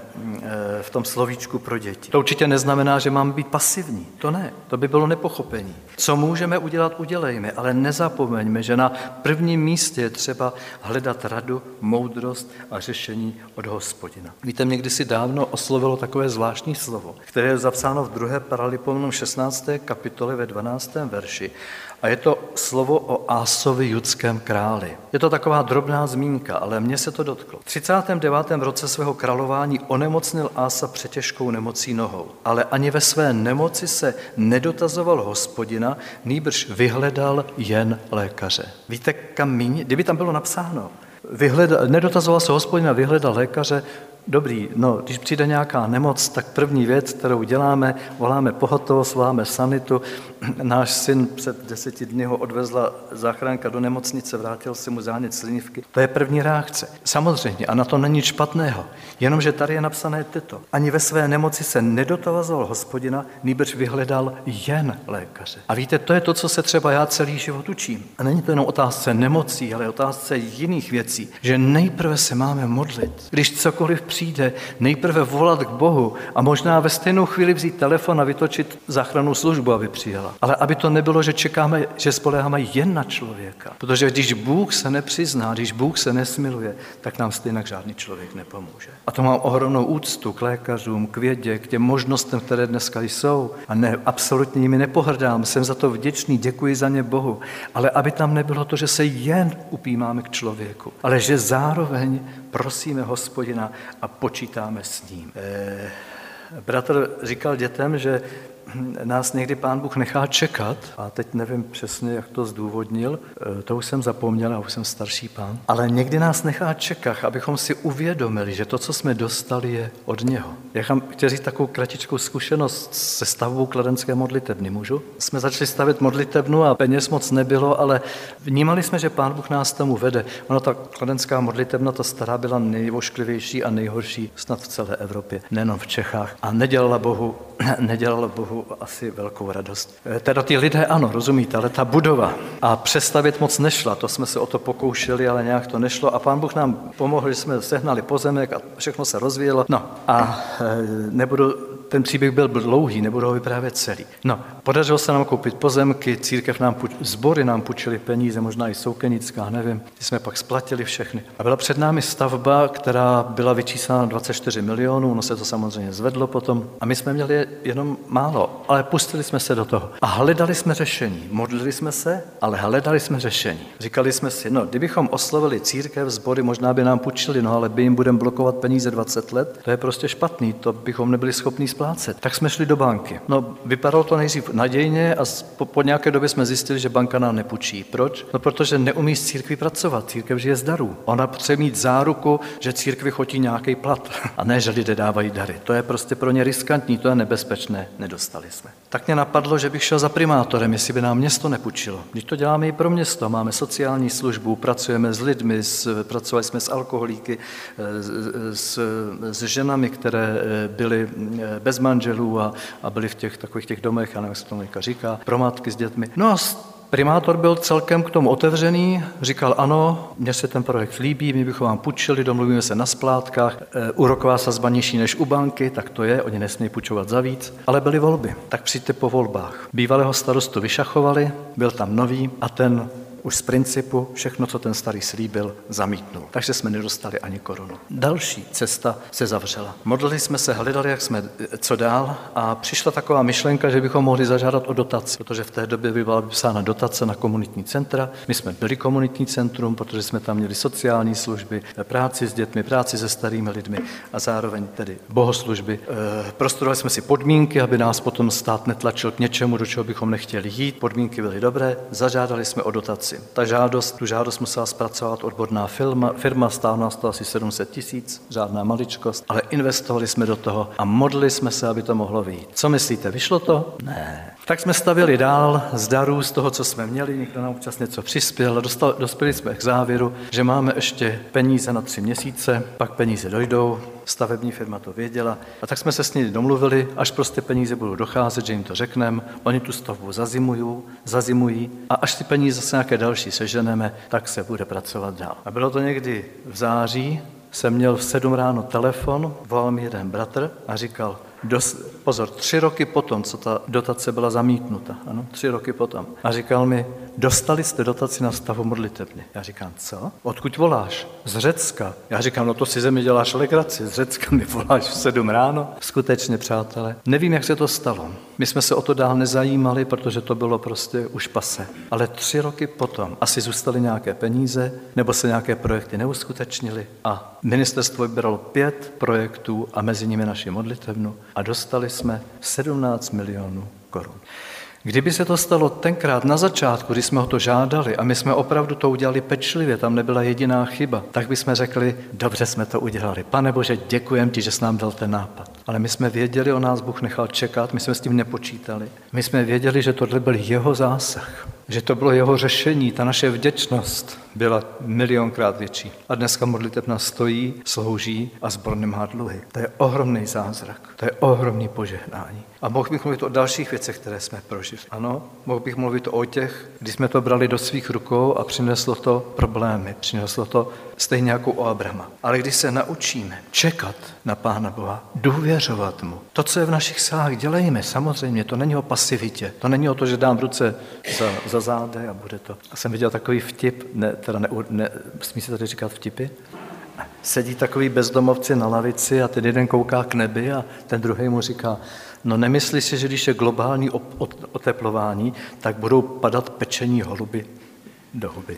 v tom slovíčku pro děti. To určitě neznamená, že máme být pasivní. To ne, to by bylo nepochopení. Co můžeme udělat, udělejme, ale nezapomeňme, že na prvním místě je třeba hledat radu, moudrost a řešení od Hospodina. Víte, mě kdysi dávno oslovilo takové zvláštní slovo, které je zapsáno v druhé Paralipomenon šestnácté kapitole ve dvanáctém verši. A je to slovo o Ásovi, judském králi. Je to taková drobná zmínka, ale mně se to dotklo. V třicátém devátém roce svého králování onemocnil Ása přetěžkou nemocí nohou. Ale ani ve své nemoci se nedotazoval Hospodina, nýbrž vyhledal jen lékaře. Víte, kam míň? Kdyby tam bylo napsáno, vyhledal, nedotazoval se Hospodina, vyhledal lékaře, dobrý, no, když přijde nějaká nemoc, tak první věc, kterou děláme, voláme pohotovost, voláme sanitu. Náš syn před deseti dny ho odvezla záchranka do nemocnice, vrátil se mu zánět slinivky. To je první reakce. Samozřejmě, a na to není nic špatného. Jenomže tady je napsané tyto. Ani ve své nemoci se nedotazoval Hospodina, nýbrž vyhledal jen lékaře. A víte, to je to, co se třeba já celý život učím. A není to jenom otázce nemocí, ale otázce jiných věcí, že nejprve se máme modlit. Když cokoliv přijde, nejprve volat k Bohu a možná ve stejnou chvíli vzít telefon a vytočit záchrannou službu, aby přijela. Ale aby to nebylo, že čekáme, že spoléháme jen na člověka. Protože když Bůh se nepřizná, když Bůh se nesmiluje, tak nám stejně žádný člověk nepomůže. A to mám ohromnou úctu k lékařům, k vědě, k těm možnostem, které dneska jsou. A ne, absolutně jimi nepohrdám, jsem za to vděčný, děkuji za ně Bohu. Ale aby tam nebylo to, že se jen upímáme k člověku, ale že zároveň prosíme Hospodina a počítáme s ním. Eh, bratr říkal dětem, že nás někdy Pán Bůh nechá čekat, a teď nevím přesně, jak to zdůvodnil, to už jsem zapomněl, a už jsem starší pán, ale někdy nás nechá čekat, abychom si uvědomili, že to, co jsme dostali, je od něho. Já vám chtěl říct takovou kratičkou zkušenost se stavbou kladenské modlitebny, můžu? Jsme začali stavět modlitebnu a peněz moc nebylo, ale vnímali jsme, že Pán Bůh nás tomu vede. Ono, ta kladenská modlitebna, ta stará, byla nejvošklivější a nejhorší snad v celé Evropě, nejenom v Čechách. A nedělala Bohu, nedělala Bohu asi velkou radost. Teda ty lidé ano, rozumíte, ale ta budova a přestavět moc nešla, to jsme se o to pokoušeli, ale nějak to nešlo a Pán Bůh nám pomohl, že jsme sehnali pozemek a všechno se rozvíjelo. No a nebudu, ten příběh byl dlouhý, nebudu ho vyprávět celý. No, podařilo se nám koupit pozemky, církev nám, sbory nám půjčili peníze, možná i soukenická, nevím, ty jsme pak splatili všechny. A byla před námi stavba, která byla vyčíslána dvacet čtyři milionů, no se to samozřejmě zvedlo potom a my jsme měli jenom málo, ale pustili jsme se do toho a hledali jsme řešení. Modlili jsme se, ale hledali jsme řešení. Říkali jsme si, no, kdybychom oslovili církev, sbory, možná by nám půjčili, no ale by jim budeme blokovat peníze dvacet let, to je prostě špatný, to bychom nebyli schopni splácet. Tak jsme šli do banky. No, vypadalo to nejdřív nadějně a po, po nějaké době jsme zjistili, že banka nám nepůjčí. Proč? No, protože neumí s církví pracovat. Církev žije z darů. Ona chce mít záruku, že církvi chodí nějaký plat a ne, že lidé dávají dary. To je prostě pro ně riskantní, to je nebezpečné. Nedostali jsme. Tak mě napadlo, že bych šel za primátorem, jestli by nám město nepůjčilo. Když to děláme i pro město, máme sociální službu, pracujeme s lidmi, s, pracovali jsme s alkoholíky, s, s, s ženami, které byly bez manželů a, a byly v těch takových těch domech, já nevím, jak se to říká, pro matky s dětmi. No a primátor byl celkem k tomu otevřený, říkal ano, mně se ten projekt líbí, my bychom vám půjčili, domluvíme se na splátkách, e, úroková sazba nižší než u banky, tak to je, oni nesmí půjčovat za víc, ale byly volby, tak přijďte po volbách. Bývalého starostu vyšachovali, byl tam nový a ten už z principu všechno, co ten starý slíbil, zamítnul. Takže jsme nedostali ani korunu. Další cesta se zavřela. Modlili jsme se, hledali, jak jsme, co dál a přišla taková myšlenka, že bychom mohli zažádat o dotaci, protože v té době by byla vypsána dotace na komunitní centra. My jsme byli komunitní centrum, protože jsme tam měli sociální služby, práci s dětmi, práci se starými lidmi a zároveň tedy bohoslužby. E, prostudovali jsme si podmínky, aby nás potom stát netlačil k něčemu, do čeho bychom nechtěli jít. Podmínky byly dobré, zažádali jsme o dotaci. Ta žádost, tu žádost musela zpracovat odborná firma, firma stála nás to asi sedm set tisíc, žádná maličkost, ale investovali jsme do toho a modlili jsme se, aby to mohlo vyjít. Co myslíte, vyšlo to? Ne. Tak jsme stavili dál z darů, z toho, co jsme měli, někdo nám občas něco přispěl a dostali, dospěli jsme k závěru, že máme ještě peníze na tři měsíce, pak peníze dojdou, stavební firma to věděla. A tak jsme se s nimi domluvili, až prostě peníze budou docházet, že jim to řekneme, oni tu stavbu zazimují, zazimují a až ty peníze zase nějaké další seženeme, tak se bude pracovat dál. A bylo to někdy v září, jsem měl v sedm ráno telefon, volal mi jeden bratr a říkal, dos, pozor, tři roky potom, co ta dotace byla zamítnuta, ano, tři roky potom. A říkal mi, dostali jste dotaci na stavu modlitebny. Já říkám, co? Odkud voláš? Z Řecka. Já říkám, no to si ze mě děláš legraci, z Řecka mi voláš v sedm ráno. Skutečně, přátelé, nevím, jak se to stalo. My jsme se o to dál nezajímali, protože to bylo prostě už pase. Ale tři roky potom asi zůstaly nějaké peníze, nebo se nějaké projekty neuskutečnily a ministerstvo vybralo pět projektů a mezi nimi naši modlitebnu a dostali jsme sedmnáct milionů korun. Kdyby se to stalo tenkrát na začátku, když jsme ho to žádali a my jsme opravdu to udělali pečlivě, tam nebyla jediná chyba, tak bychom řekli, dobře jsme to udělali. Pane Bože, děkujem ti, že jsi nám dal ten nápad. Ale my jsme věděli, o nás Bůh nechal čekat, my jsme s tím nepočítali. My jsme věděli, že tohle byl jeho zásah, že to bylo jeho řešení, ta naše vděčnost byla milionkrát větší. A dneska modlitebna stojí, slouží a sbor nemá dluhy. To je ohromný zázrak, to je ohromný požehnání. A mohl bych mluvit o dalších věcech, které jsme prožili. Ano, mohl bych mluvit o těch, kdy jsme to brali do svých rukou a přineslo to problémy, přineslo to stejně jako u Abrama. Ale když se naučíme čekat na Pána Boha, důvěřovat mu, to, co je v našich silách, dělejme, samozřejmě, to není o pasivitě, to není o to, že dám ruce za, za záde a bude to. A jsem viděl takový vtip, ne, teda ne, ne, smí se tady říkat vtipy? Sedí takový bezdomovci na lavici a ten jeden kouká k nebi a ten druhý mu říká, no nemyslíš si, že když je globální oteplování, tak budou padat pečení holuby do huby.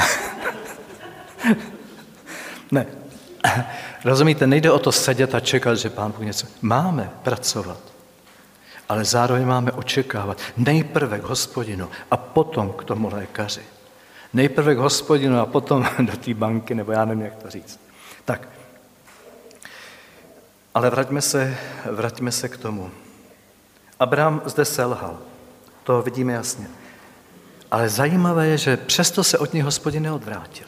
Ne, rozumíte, nejde o to sedět a čekat, že Pán Bůh něco. Máme pracovat, ale zároveň máme očekávat nejprve k Hospodinu a potom k tomu lékaři. Nejprve k Hospodinu a potom do té banky, nebo já nevím, jak to říct. Tak, ale vraťme se, vraťme se k tomu. Abraham zde selhal, to vidíme jasně. Ale zajímavé je, že přesto se od něj Hospodin neodvrátil.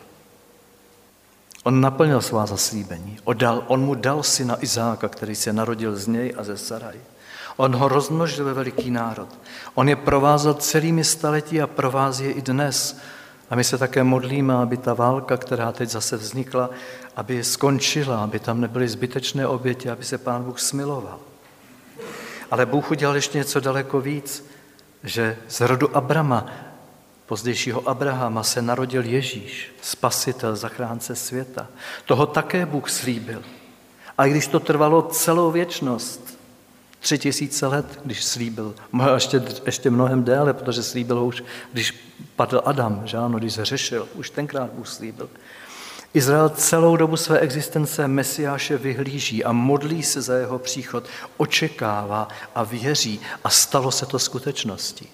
On naplnil svá zaslíbení. Odal, on mu dal syna Izáka, který se narodil z něj a ze Saraj. On ho rozmnožil ve veliký národ. On je provázel celými staletí a provází je i dnes. A my se také modlíme, aby ta válka, která teď zase vznikla, aby skončila, aby tam nebyly zbytečné oběti, aby se Pán Bůh smiloval. Ale Bůh udělal ještě něco daleko víc, že z rodu Abrama, pozdějšího Abrahama, se narodil Ježíš, spasitel, zachránce světa. Toho také Bůh slíbil. A když to trvalo celou věčnost, tři tisíce let, když slíbil, možná ještě, ještě mnohem déle, protože slíbil už, když padl Adam, že ano, když zřešil, už tenkrát Bůh slíbil. Izrael celou dobu své existence Mesiáše vyhlíží a modlí se za jeho příchod, očekává a věří a stalo se to skutečností.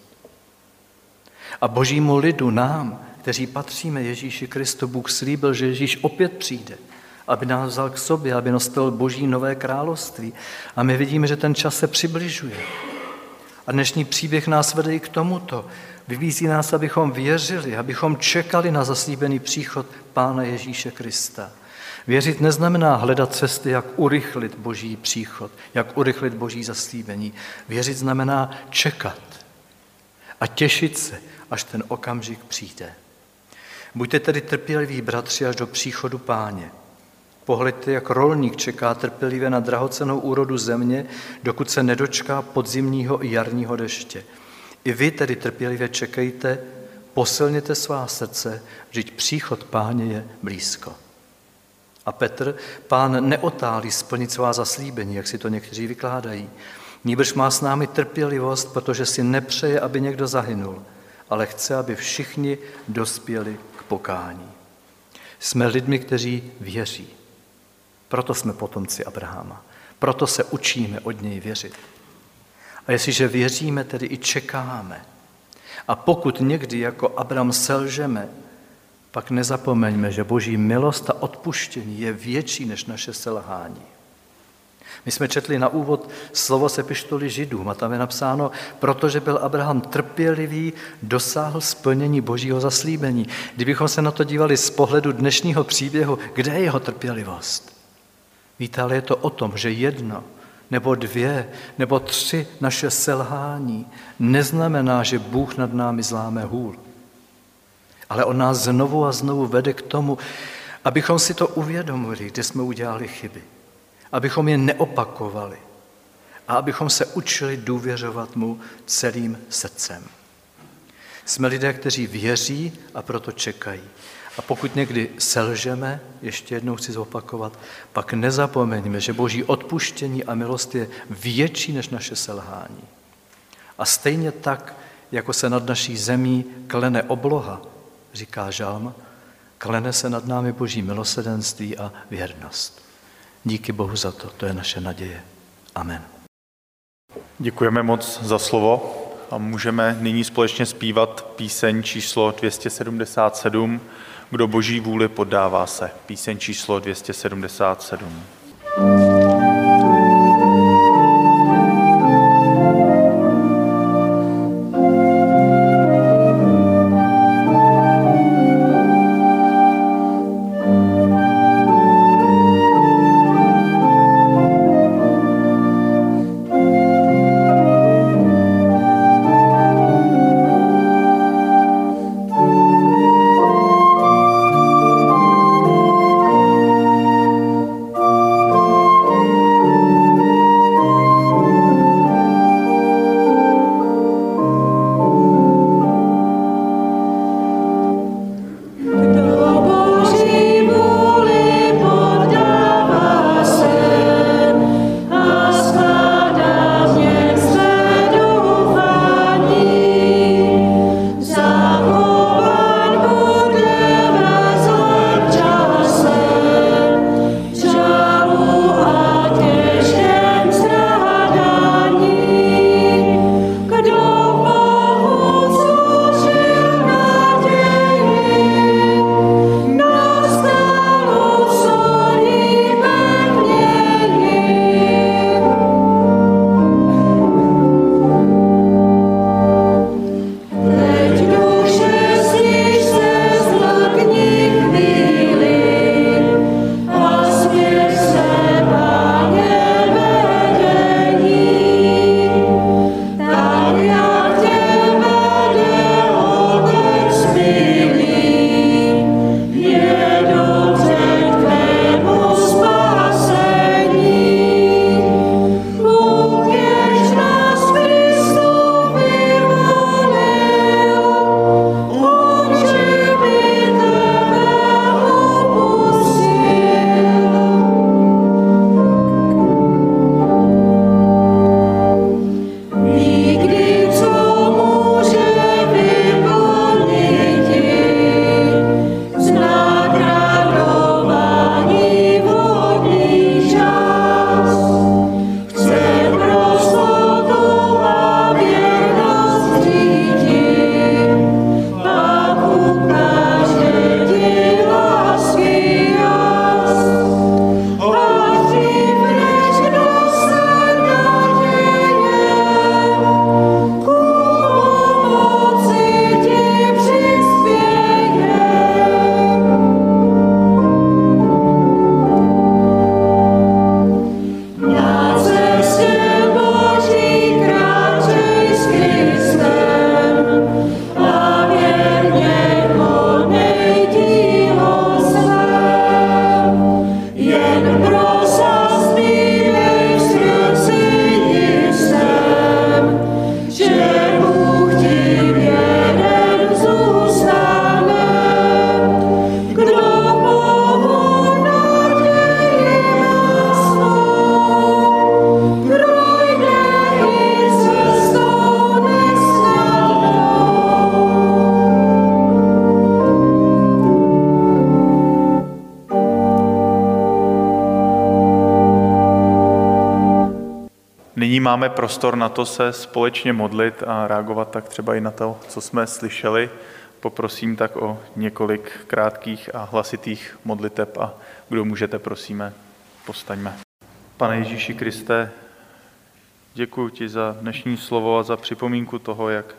A božímu lidu, nám, kteří patříme Ježíši Kristu, Bůh slíbil, že Ježíš opět přijde, aby nás vzal k sobě, aby nostal boží nové království. A my vidíme, že ten čas se přibližuje. A dnešní příběh nás vede i k tomuto. Vybízí nás, abychom věřili, abychom čekali na zaslíbený příchod Pána Ježíše Krista. Věřit neznamená hledat cesty, jak urychlit boží příchod, jak urychlit boží zaslíbení. Věřit znamená čekat a těšit se, až ten okamžik přijde. Buďte tedy trpěliví, bratři, až do příchodu Páně. Pohleďte, jak rolník čeká trpělivě na drahocennou úrodu země, dokud se nedočká podzimního i jarního deště. I vy tedy trpělivě čekejte, posilněte svá srdce, vždyť příchod Páně je blízko. A Petr, Pán neotálí splnit svá zaslíbení, jak si to někteří vykládají. Nýbrž má s námi trpělivost, protože si nepřeje, aby někdo zahynul, ale chce, aby všichni dospěli k pokání. Jsme lidmi, kteří věří. Proto jsme potomci Abrahama. Proto se učíme od něj věřit. A jestliže věříme, tedy i čekáme. A pokud někdy jako Abraham selžeme, pak nezapomeňme, že boží milost a odpuštění je větší než naše selhání. My jsme četli na úvod slovo z epištoly Židům a tam je napsáno, protože byl Abraham trpělivý, dosáhl splnění božího zaslíbení. Kdybychom se na to dívali z pohledu dnešního příběhu, kde je jeho trpělivost? Víte, ale je to o tom, že jedno, nebo dvě, nebo tři naše selhání neznamená, že Bůh nad námi zláme hůl. Ale on nás znovu a znovu vede k tomu, abychom si to uvědomili, kde jsme udělali chyby. Abychom je neopakovali. A abychom se učili důvěřovat mu celým srdcem. Jsme lidé, kteří věří a proto čekají. A pokud někdy selžeme, ještě jednou chci zopakovat, pak nezapomeňme, že Boží odpuštění a milost je větší než naše selhání. A stejně tak, jako se nad naší zemí klene obloha, říká žalm, klene se nad námi Boží milosrdenství a věrnost. Díky Bohu za to, to je naše naděje. Amen. Děkujeme moc za slovo a můžeme nyní společně zpívat píseň číslo dvě stě sedmdesát sedm, Kdo Boží vůli poddává se. Píseň číslo dvě stě sedmdesát sedm. Nyní máme prostor na to se společně modlit a reagovat tak třeba i na to, co jsme slyšeli. Poprosím tak o několik krátkých a hlasitých modliteb a kdo můžete, prosíme, povstaňme. Pane Ježíši Kriste, děkuji ti za dnešní slovo a za připomínku toho, jak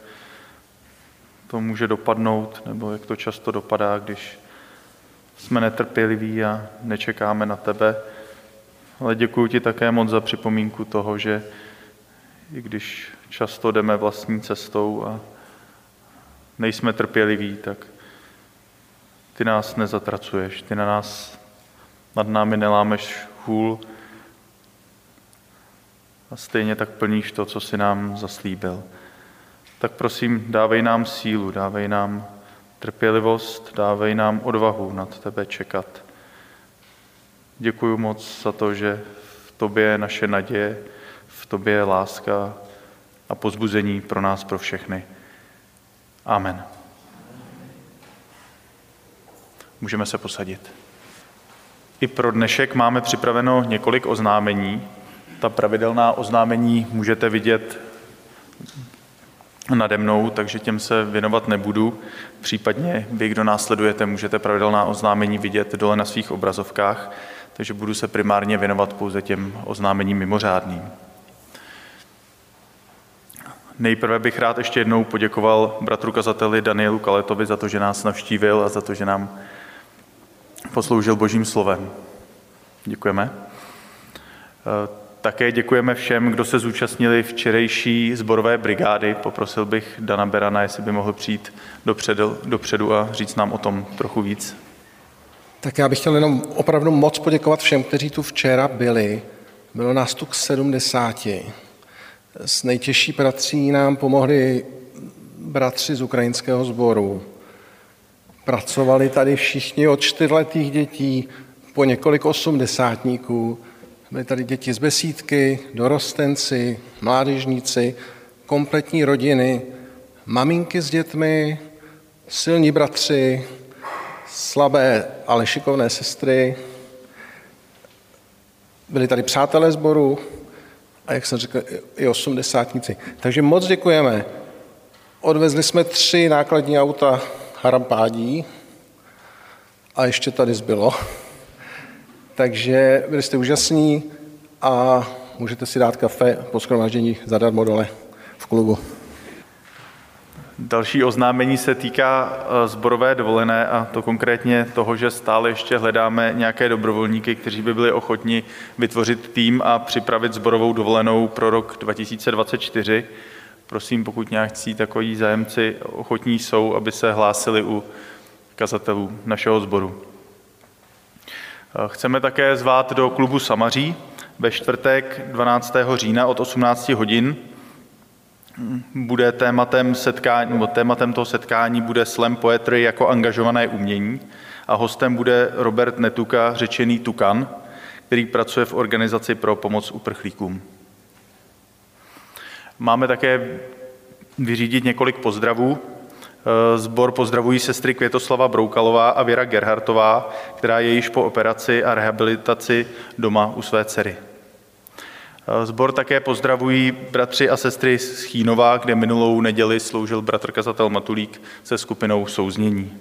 to může dopadnout, nebo jak to často dopadá, když jsme netrpěliví a nečekáme na tebe. Ale děkuji ti také moc za připomínku toho, že i když často jdeme vlastní cestou a nejsme trpěliví, tak ty nás nezatracuješ, ty na nás, nad námi nelámeš hůl a stejně tak plníš to, co jsi nám zaslíbil. Tak prosím, dávej nám sílu, dávej nám trpělivost, dávej nám odvahu nad tebe čekat. Děkuji moc za to, že v tobě je naše naděje, v tobě je láska a povzbuzení pro nás, pro všechny. Amen. Můžeme se posadit. I pro dnešek máme připraveno několik oznámení. Ta pravidelná oznámení můžete vidět nade mnou, takže těm se věnovat nebudu. Případně vy, kdo následujete, můžete pravidelná oznámení vidět dole na svých obrazovkách, takže budu se primárně věnovat pouze těm oznámením mimořádným. Nejprve bych rád ještě jednou poděkoval bratru kazateli Danielu Kaletovi za to, že nás navštívil a za to, že nám posloužil Božím slovem. Děkujeme. Také děkujeme všem, kdo se zúčastnili včerejší sborové brigády. Poprosil bych Dana Berana, jestli by mohl přijít dopředu, dopředu a říct nám o tom trochu víc. Tak já bych chtěl jenom opravdu moc poděkovat všem, kteří tu včera byli. Bylo nás tu k sedmdesáti. S nejtěžší prací nám pomohli bratři z ukrajinského sboru. Pracovali tady všichni od čtyřletých dětí po několik osmdesátníků. Byly tady děti z besídky, dorostenci, mládežníci, kompletní rodiny, maminky s dětmi, silní bratři, slabé, ale šikovné sestry. Byli tady přátelé sboru a jak jsem řekl, i osmdesátníci. Takže moc děkujeme. Odvezli jsme tři nákladní auta harampádí a ještě tady zbylo. Takže byli jste úžasní a můžete si dát kafe po shromáždění zadarmo dole v klubu. Další oznámení se týká sborové dovolené a to konkrétně toho, že stále ještě hledáme nějaké dobrovolníky, kteří by byli ochotni vytvořit tým a připravit sborovou dovolenou pro rok dva tisíce dvacet čtyři. Prosím, pokud nějakí takoví zájemci ochotní jsou, aby se hlásili u kazatelů našeho sboru. Chceme také zvát do klubu Samaří ve čtvrtek dvanáctého října od osmnácti hodin. Bude tématem setkání, nebo tématem toho setkání bude slam poetry jako angažované umění a hostem bude Robert Netuka, řečený Tukan, který pracuje v organizaci pro pomoc uprchlíkům. Máme také vyřídit několik pozdravů. Sbor pozdravují sestry Květoslava Broukalová a Věra Gerhartová, která je již po operaci a rehabilitaci doma u své dcery. Sbor také pozdravují bratři a sestry z Chínova, kde minulou neděli sloužil bratr kazatel Matulík se skupinou Souznění.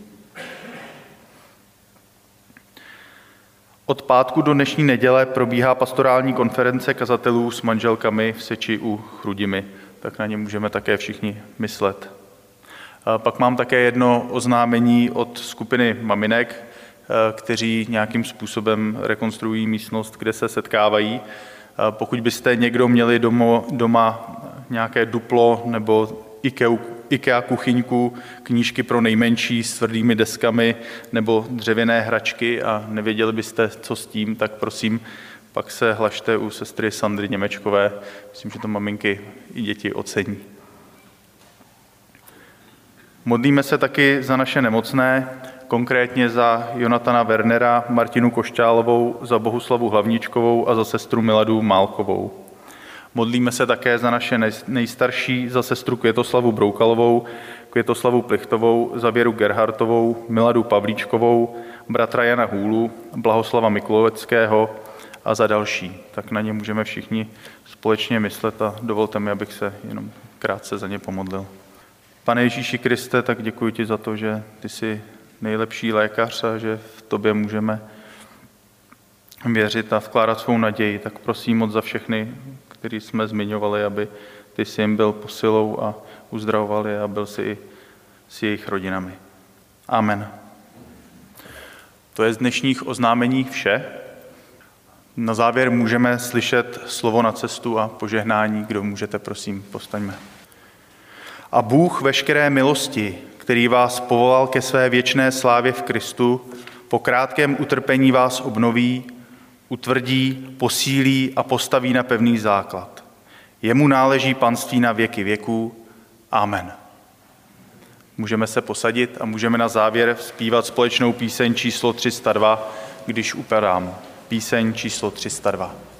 Od pátku do dnešní neděle probíhá pastorální konference kazatelů s manželkami v Seči u Chrudimi, tak na ně můžeme také všichni myslet. Pak mám také jedno oznámení od skupiny maminek, kteří nějakým způsobem rekonstruují místnost, kde se setkávají. Pokud byste někdo měli doma, doma nějaké duplo nebo Ikea, Ikea kuchyňku, knížky pro nejmenší s tvrdými deskami nebo dřevěné hračky a nevěděli byste, co s tím, tak prosím, pak se hlašte u sestry Sandry Němečkové. Myslím, že to maminky i děti ocení. Modlíme se taky za naše nemocné, konkrétně za Jonatana Wernera, Martinu Košťálovou, za Bohuslavu Hlavničkovou a za sestru Miladu Málkovou. Modlíme se také za naše nejstarší, za sestru Květoslavu Broukalovou, Květoslavu Plichtovou, za Věru Gerhartovou, Miladu Pavlíčkovou, bratra Jana Hůlu, Blahoslava Mikuloveckého a za další. Tak na ně můžeme všichni společně myslet a dovolte mi, abych se jenom krátce za ně pomodlil. Pane Ježíši Kriste, tak děkuji ti za to, že ty jsi nejlepší lékař a že v tobě můžeme věřit a vkládat svou naději. Tak prosím moc za všechny, který jsme zmiňovali, aby ty jsi jim byl posilou a uzdravoval je a byl si i s jejich rodinami. Amen. To je z dnešních oznámení vše. Na závěr můžeme slyšet slovo na cestu a požehnání. Kdo můžete, prosím, povstaňme. A Bůh veškeré milosti, který vás povolal ke své věčné slávě v Kristu, po krátkém utrpení vás obnoví, utvrdí, posílí a postaví na pevný základ. Jemu náleží panství na věky věků. Amen. Můžeme se posadit a můžeme na závěr zpívat společnou píseň číslo tři sta dva, Když upadám. Píseň číslo tři sta dva.